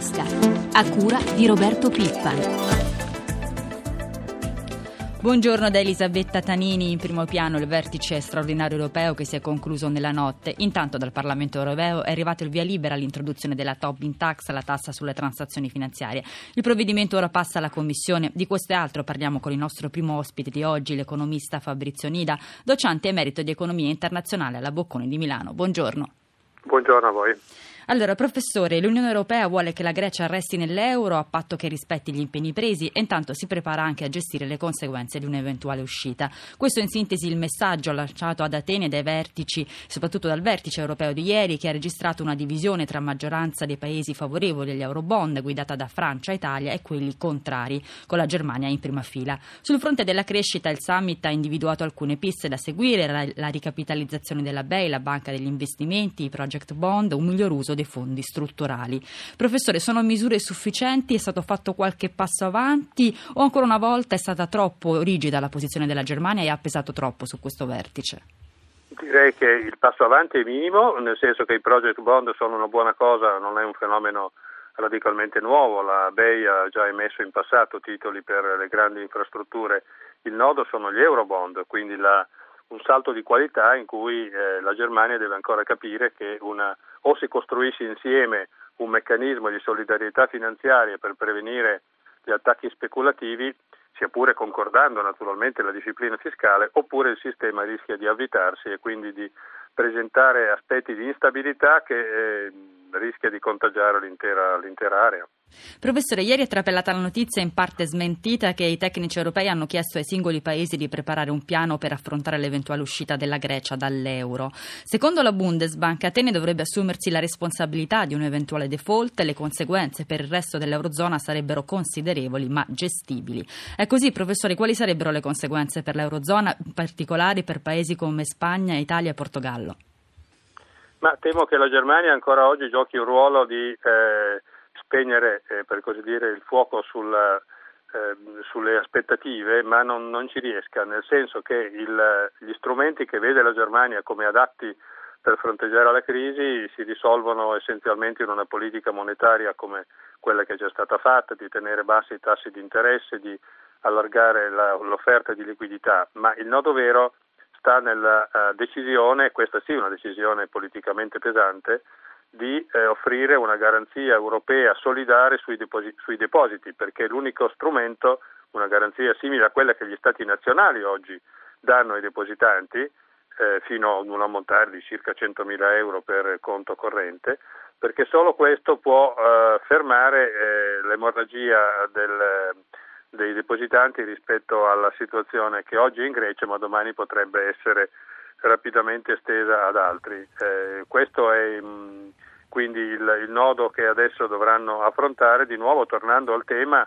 Pesca, a cura di Roberto Pippan. Buongiorno da Elisabetta Tanini. In primo piano il vertice straordinario europeo che si è concluso nella notte. Intanto dal Parlamento europeo è arrivato il via libera all'introduzione della Tobin Tax, la tassa sulle transazioni finanziarie. Il provvedimento ora passa alla Commissione. Di questo e altro parliamo con il nostro primo ospite di oggi, l'economista Fabrizio Nida, docente emerito di economia internazionale alla Bocconi di Milano. Buongiorno. Buongiorno a voi. Allora, professore, l'Unione Europea vuole che la Grecia resti nell'euro a patto che rispetti gli impegni presi e intanto si prepara anche a gestire le conseguenze di un'eventuale uscita. Questo in sintesi il messaggio lanciato ad Atene dai vertici, soprattutto dal vertice europeo di ieri, che ha registrato una divisione tra maggioranza dei paesi favorevoli agli eurobond, guidata da Francia e Italia, e quelli contrari, con la Germania in prima fila. Sul fronte della crescita il summit ha individuato alcune piste da seguire: la ricapitalizzazione della BEI, la banca degli investimenti, i project bond, un miglior uso dei fondi strutturali. Professore, sono misure sufficienti? È stato fatto qualche passo avanti o ancora una volta è stata troppo rigida la posizione della Germania e ha pesato troppo su questo vertice? Direi che il passo avanti è minimo, nel senso che i project bond sono una buona cosa, non è un fenomeno radicalmente nuovo. La BEI ha già emesso in passato titoli per le grandi infrastrutture. Il nodo sono gli eurobond, quindi un salto di qualità in cui la Germania deve ancora capire che o si costruisce insieme un meccanismo di solidarietà finanziaria per prevenire gli attacchi speculativi, sia pure concordando naturalmente la disciplina fiscale, oppure il sistema rischia di avvitarsi e quindi di presentare aspetti di instabilità che rischia di contagiare l'intera area. Professore, ieri è trapelata la notizia, in parte smentita, che i tecnici europei hanno chiesto ai singoli paesi di preparare un piano per affrontare l'eventuale uscita della Grecia dall'euro. Secondo la Bundesbank, Atene dovrebbe assumersi la responsabilità di un eventuale default e le conseguenze per il resto dell'eurozona sarebbero considerevoli ma gestibili. È così, professore, quali sarebbero le conseguenze per l'eurozona, in particolare per paesi come Spagna, Italia e Portogallo? Ma temo che la Germania ancora oggi giochi un ruolo di spegnere, per così dire, il fuoco sulle aspettative, ma non ci riesca, nel senso che gli strumenti che vede la Germania come adatti per fronteggiare la crisi si risolvono essenzialmente in una politica monetaria come quella che è già stata fatta, di tenere bassi i tassi di interesse, di allargare l'offerta di liquidità, ma il nodo vero sta nella decisione, questa sì una decisione politicamente pesante, di offrire una garanzia europea solidale sui depositi, perché l'unico strumento, una garanzia simile a quella che gli Stati nazionali oggi danno ai depositanti, fino ad un ammontare di circa 100.000 euro per conto corrente, perché solo questo può fermare l'emorragia dei depositanti rispetto alla situazione che oggi è in Grecia, ma domani potrebbe essere rapidamente estesa ad altri. Questo è quindi il nodo che adesso dovranno affrontare, di nuovo tornando al tema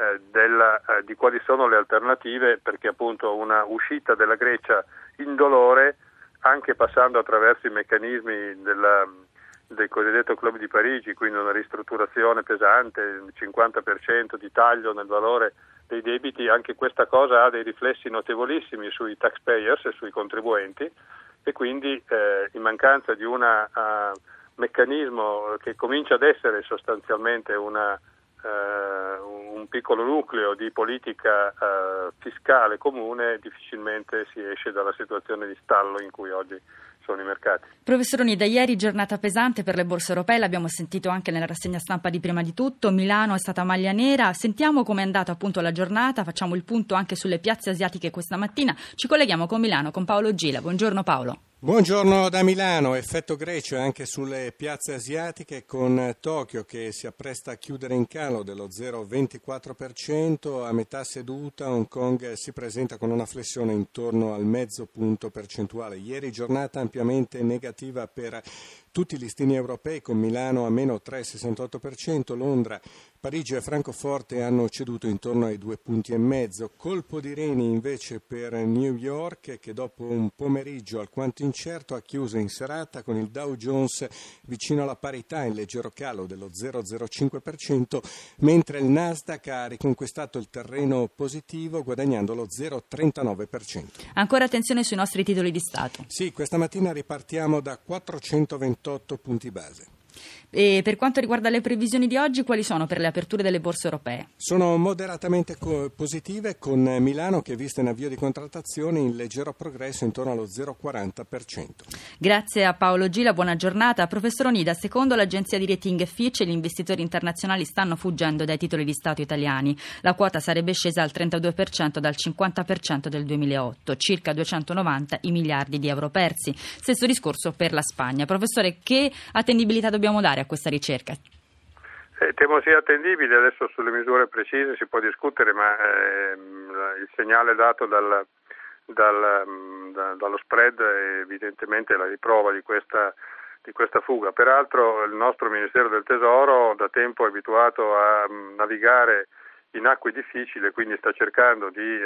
di quali sono le alternative, perché appunto una uscita della Grecia indolore, anche passando attraverso i meccanismi del cosiddetto Club di Parigi, quindi una ristrutturazione pesante, il 50% di taglio nel valore dei debiti, anche questa cosa ha dei riflessi notevolissimi sui taxpayers e sui contribuenti, e quindi in mancanza di un meccanismo che comincia ad essere sostanzialmente un piccolo nucleo di politica fiscale comune, difficilmente si esce dalla situazione di stallo in cui oggi sono i mercati. Professor Nida, ieri giornata pesante per le borse europee, l'abbiamo sentito anche nella rassegna stampa di prima di tutto. Milano è stata maglia nera. Sentiamo com'è andata appunto la giornata, facciamo il punto anche sulle piazze asiatiche questa mattina. Ci colleghiamo con Milano, con Paolo Gila. Buongiorno Paolo. Buongiorno da Milano, effetto Grecia anche sulle piazze asiatiche, con Tokyo che si appresta a chiudere in calo dello 0,24%, a metà seduta Hong Kong si presenta con una flessione intorno al mezzo punto percentuale. Ieri giornata ampiamente negativa per tutti i listini europei, con Milano a meno 3,68%, Londra, Parigi e Francoforte hanno ceduto intorno ai 2,5 punti. Colpo di reni invece per New York, che dopo un pomeriggio alquanto incerto ha chiuso in serata con il Dow Jones vicino alla parità, in leggero calo dello 0,05%, mentre il Nasdaq ha riconquistato il terreno positivo guadagnando lo 0,39%. Ancora attenzione sui nostri titoli di Stato. Sì, questa mattina ripartiamo da 428 punti base. E per quanto riguarda le previsioni di oggi, quali sono per le aperture delle borse europee? Sono moderatamente positive, con Milano che viste in avvio di contrattazione in leggero progresso intorno allo 0,40%. Grazie a Paolo Gila, buona giornata. Professor Onida, secondo l'agenzia di rating Fitch, gli investitori internazionali stanno fuggendo dai titoli di Stato italiani. La quota sarebbe scesa al 32% dal 50% del 2008, circa 290 i miliardi di euro persi. Stesso discorso per la Spagna. Professore, che attendibilità dobbiamo dare a questa ricerca? Temo sia attendibile, adesso sulle misure precise si può discutere, ma il segnale dato dallo spread è evidentemente la riprova di questa fuga. Peraltro il nostro Ministero del Tesoro da tempo è abituato a navigare in acque difficili, quindi sta cercando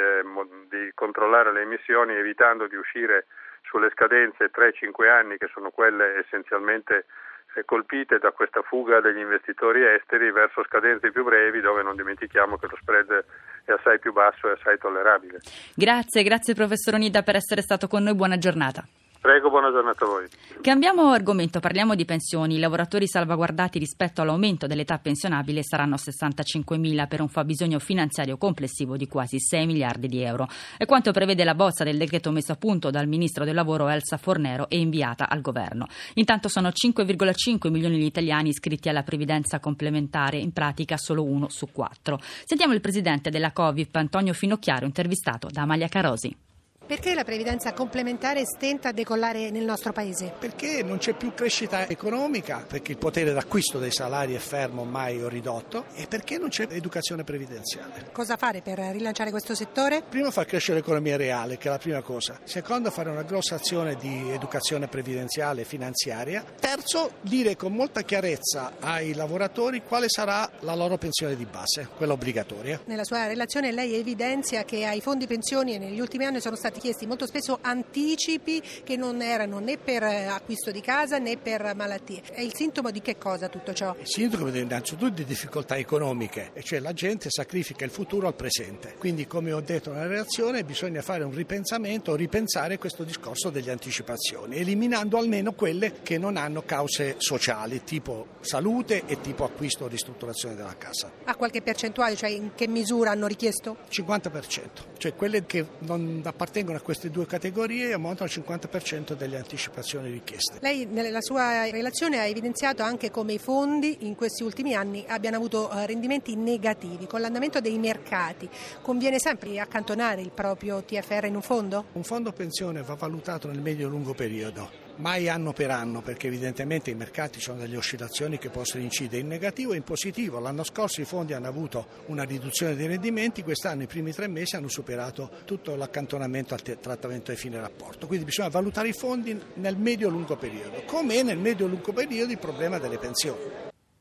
di controllare le emissioni evitando di uscire sulle scadenze 3-5 anni, che sono quelle essenzialmente colpite da questa fuga degli investitori esteri verso scadenze più brevi, dove non dimentichiamo che lo spread è assai più basso e assai tollerabile. Grazie professor Onida per essere stato con noi, buona giornata. Prego, buona giornata a voi. Cambiamo argomento, parliamo di pensioni. I lavoratori salvaguardati rispetto all'aumento dell'età pensionabile saranno 65.000 per un fabbisogno finanziario complessivo di quasi 6 miliardi di euro. È quanto prevede la bozza del decreto messo a punto dal ministro del lavoro Elsa Fornero e inviata al governo. Intanto sono 5,5 milioni gli italiani iscritti alla previdenza complementare, in pratica solo 1 su 4. Sentiamo il presidente della Covip, Antonio Finocchiaro, intervistato da Amalia Carosi. Perché la previdenza complementare stenta a decollare nel nostro paese? Perché non c'è più crescita economica, perché il potere d'acquisto dei salari è fermo ormai o ridotto, e perché non c'è educazione previdenziale. Cosa fare per rilanciare questo settore? Primo, far crescere l'economia reale, che è la prima cosa. Secondo, fare una grossa azione di educazione previdenziale e finanziaria. Terzo, dire con molta chiarezza ai lavoratori quale sarà la loro pensione di base, quella obbligatoria. Nella sua relazione lei evidenzia che ai fondi pensioni negli ultimi anni sono stati chiesti molto spesso anticipi che non erano né per acquisto di casa né per malattie. È il sintomo di che cosa tutto ciò? Il sintomo innanzitutto di difficoltà economiche, e cioè la gente sacrifica il futuro al presente. Quindi, come ho detto nella relazione, bisogna fare un ripensamento, ripensare questo discorso delle anticipazioni, eliminando almeno quelle che non hanno cause sociali, tipo salute e tipo acquisto o ristrutturazione della casa. Ha qualche percentuale, cioè in che misura hanno richiesto? 50%, cioè quelle che non appartengono a queste due categorie ammontano al 50% delle anticipazioni richieste. Lei nella sua relazione ha evidenziato anche come i fondi in questi ultimi anni abbiano avuto rendimenti negativi. Con l'andamento dei mercati conviene sempre accantonare il proprio TFR in un fondo? Un fondo pensione va valutato nel medio-lungo periodo, mai anno per anno, perché evidentemente i mercati sono delle oscillazioni che possono incidere in negativo e in positivo. L'anno scorso i fondi hanno avuto una riduzione dei rendimenti, quest'anno i primi 3 mesi hanno superato tutto l'accantonamento al trattamento ai fine rapporto. Quindi bisogna valutare i fondi nel medio-lungo periodo, come nel medio-lungo periodo il problema delle pensioni.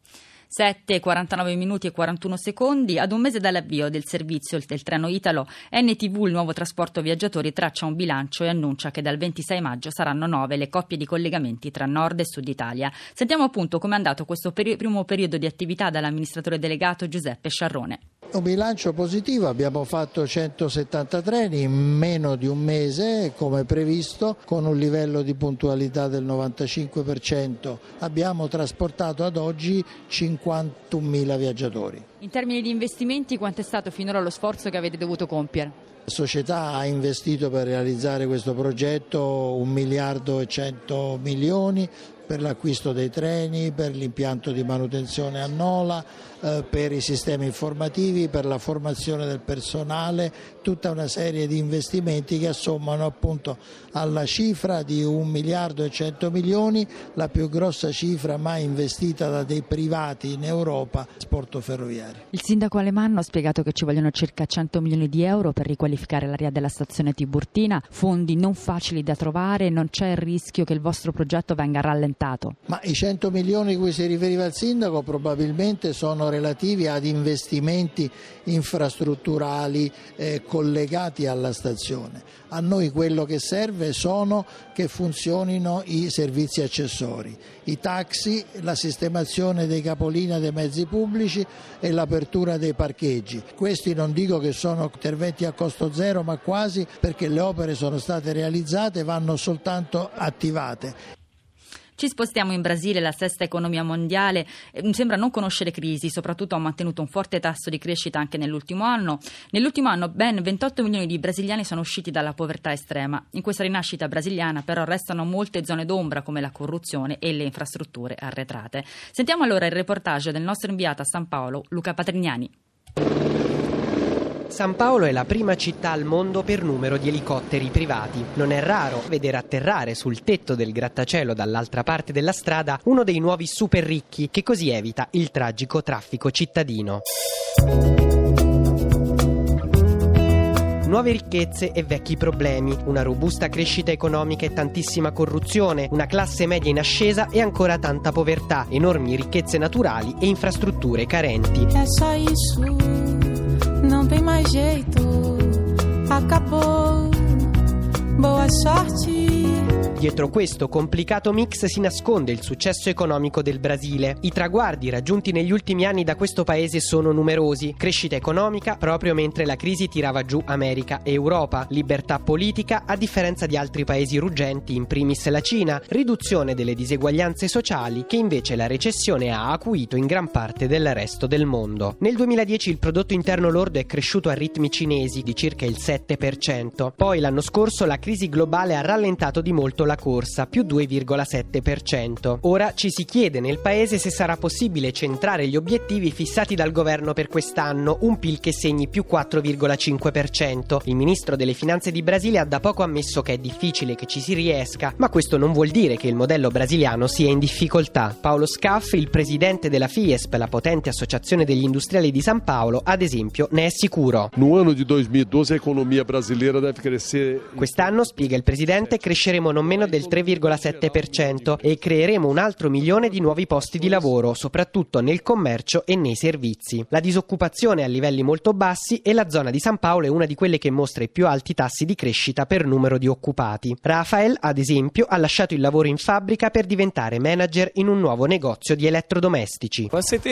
7:49 minuti e 41 secondi. Ad un mese dall'avvio del servizio del treno Italo, NTV, il nuovo trasporto viaggiatori, traccia un bilancio e annuncia che dal 26 maggio saranno 9 le coppie di collegamenti tra nord e sud Italia. Sentiamo appunto come è andato questo primo periodo di attività dall'amministratore delegato Giuseppe Sciarrone. Un bilancio positivo, abbiamo fatto 170 treni in meno di un mese come previsto, con un livello di puntualità del 95%. Abbiamo trasportato ad oggi 51.000 viaggiatori. In termini di investimenti, quanto è stato finora lo sforzo che avete dovuto compiere? La società ha investito per realizzare questo progetto 1 miliardo e 100 milioni per l'acquisto dei treni, per l'impianto di manutenzione a Nola, per i sistemi informativi, per la formazione del personale, tutta una serie di investimenti che assommano appunto alla cifra di 1 miliardo e 100 milioni, la più grossa cifra mai investita da dei privati in Europa, trasporto ferroviario. Il sindaco Alemanno ha spiegato che ci vogliono circa 100 milioni di euro per riqualificare l'area della stazione Tiburtina, fondi non facili da trovare, non c'è il rischio che il vostro progetto venga rallentato. Ma i 100 milioni a cui si riferiva il sindaco probabilmente sono relativi ad investimenti infrastrutturali collegati alla stazione. A noi quello che serve sono che funzionino i servizi accessori, i taxi, la sistemazione dei capolinea dei mezzi pubblici e l'apertura dei parcheggi. Questi non dico che sono interventi a costo zero, ma quasi, perché le opere sono state realizzate e vanno soltanto attivate. Ci spostiamo in Brasile, la sesta economia mondiale sembra non conoscere crisi, soprattutto ha mantenuto un forte tasso di crescita anche nell'ultimo anno. Nell'ultimo anno ben 28 milioni di brasiliani sono usciti dalla povertà estrema. In questa rinascita brasiliana però restano molte zone d'ombra come la corruzione e le infrastrutture arretrate. Sentiamo allora il reportage del nostro inviato a San Paolo, Luca Patrignani. San Paolo è la prima città al mondo per numero di elicotteri privati. Non è raro vedere atterrare sul tetto del grattacielo dall'altra parte della strada uno dei nuovi super ricchi che così evita il tragico traffico cittadino. Nuove ricchezze e vecchi problemi, una robusta crescita economica e tantissima corruzione, una classe media in ascesa e ancora tanta povertà, enormi ricchezze naturali e infrastrutture carenti. É só isso, não tem mais jeito, acabou, boa sorte. Dietro questo complicato mix si nasconde il successo economico del Brasile. I traguardi raggiunti negli ultimi anni da questo paese sono numerosi. Crescita economica proprio mentre la crisi tirava giù America e Europa. Libertà politica a differenza di altri paesi ruggenti, in primis la Cina. Riduzione delle diseguaglianze sociali che invece la recessione ha acuito in gran parte del resto del mondo. Nel 2010 il prodotto interno lordo è cresciuto a ritmi cinesi di circa il 7%. Poi l'anno scorso la crisi globale ha rallentato di molto la corsa, più 2,7%. Ora ci si chiede nel paese se sarà possibile centrare gli obiettivi fissati dal governo per quest'anno, un PIL che segni più 4,5%. Il ministro delle finanze di Brasile ha da poco ammesso che è difficile che ci si riesca, ma questo non vuol dire che il modello brasiliano sia in difficoltà. Paolo Scaff, il presidente della Fiesp, la potente associazione degli industriali di San Paolo, ad esempio, ne è sicuro. No anno di 2012 l'economia brasiliana deve crescere. Quest'anno, spiega il presidente, cresceremo non meno del 3,7% e creeremo 1 milione di nuovi posti di lavoro, soprattutto nel commercio e nei servizi. La disoccupazione è a livelli molto bassi e la zona di San Paolo è una di quelle che mostra i più alti tassi di crescita per numero di occupati. Rafael, ad esempio, ha lasciato il lavoro in fabbrica per diventare manager in un nuovo negozio di elettrodomestici.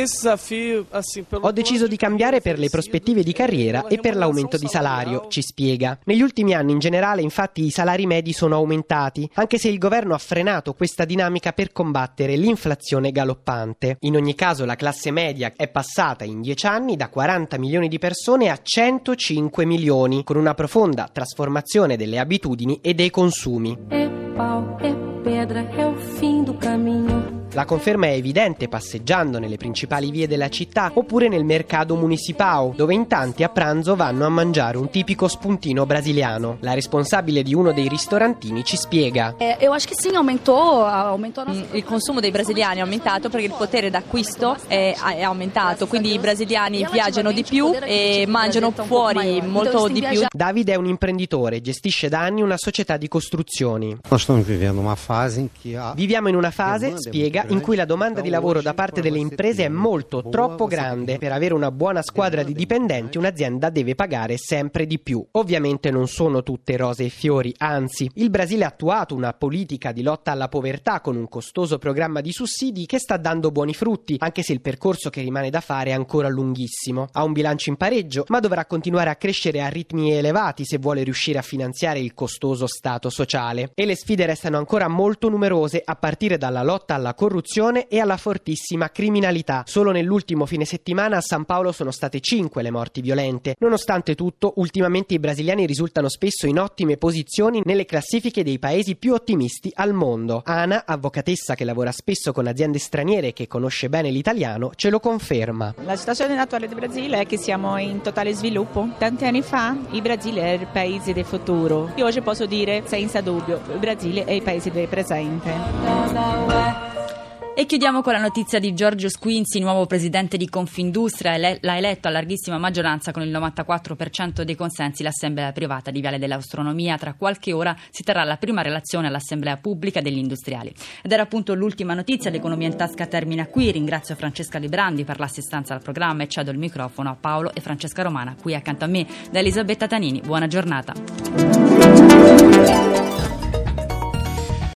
Ho deciso di cambiare per le prospettive di carriera e per l'aumento di salario, ci spiega. Negli ultimi anni in generale, infatti, i salari medi sono aumentati, anche se il governo ha frenato questa dinamica per combattere l'inflazione galoppante. In ogni caso la classe media è passata in 10 anni da 40 milioni di persone a 105 milioni, con una profonda trasformazione delle abitudini e dei consumi. É pau, é pedra, é o fim do caminho. La conferma è evidente passeggiando nelle principali vie della città oppure nel mercato municipale, dove in tanti a pranzo vanno a mangiare un tipico spuntino brasiliano. La responsabile di uno dei ristorantini ci spiega. Eu acho che sì, aumentou il consumo dei brasiliani è aumentato perché il potere d'acquisto è aumentato, quindi i brasiliani viaggiano di più e mangiano fuori molto di più. Davide è un imprenditore, gestisce da anni una società di costruzioni. Viviamo in una fase, spiega, in cui la domanda di lavoro da parte delle imprese è molto, troppo grande. Per avere una buona squadra di dipendenti un'azienda deve pagare sempre di più. Ovviamente non sono tutte rose e fiori, anzi, il Brasile ha attuato una politica di lotta alla povertà con un costoso programma di sussidi che sta dando buoni frutti, anche se il percorso che rimane da fare è ancora lunghissimo. Ha un bilancio in pareggio, ma dovrà continuare a crescere a ritmi elevati se vuole riuscire a finanziare il costoso stato sociale. E le sfide restano ancora molto numerose, a partire dalla lotta alla corruzione e alla fortissima criminalità. Solo nell'ultimo fine settimana a San Paolo sono state 5 le morti violente. Nonostante tutto, ultimamente i brasiliani risultano spesso in ottime posizioni nelle classifiche dei paesi più ottimisti al mondo. Ana, avvocatessa che lavora spesso con aziende straniere e che conosce bene l'italiano, ce lo conferma. La situazione attuale del Brasile è che siamo in totale sviluppo. Tanti anni fa il Brasile era il paese del futuro. Io oggi posso dire senza dubbio, il Brasile è il paese del presente. E chiudiamo con la notizia di Giorgio Squinzi, nuovo presidente di Confindustria. L'ha eletto a larghissima maggioranza con il 94% dei consensi l'assemblea privata di Viale dell'Astronomia. Tra qualche ora si terrà la prima relazione all'assemblea pubblica degli industriali. Ed era appunto l'ultima notizia. L'Economia in Tasca termina qui. Ringrazio Francesca Librandi per l'assistenza al programma e cedo il microfono a Paolo e Francesca Romana qui accanto a me da Elisabetta Tanini. Buona giornata.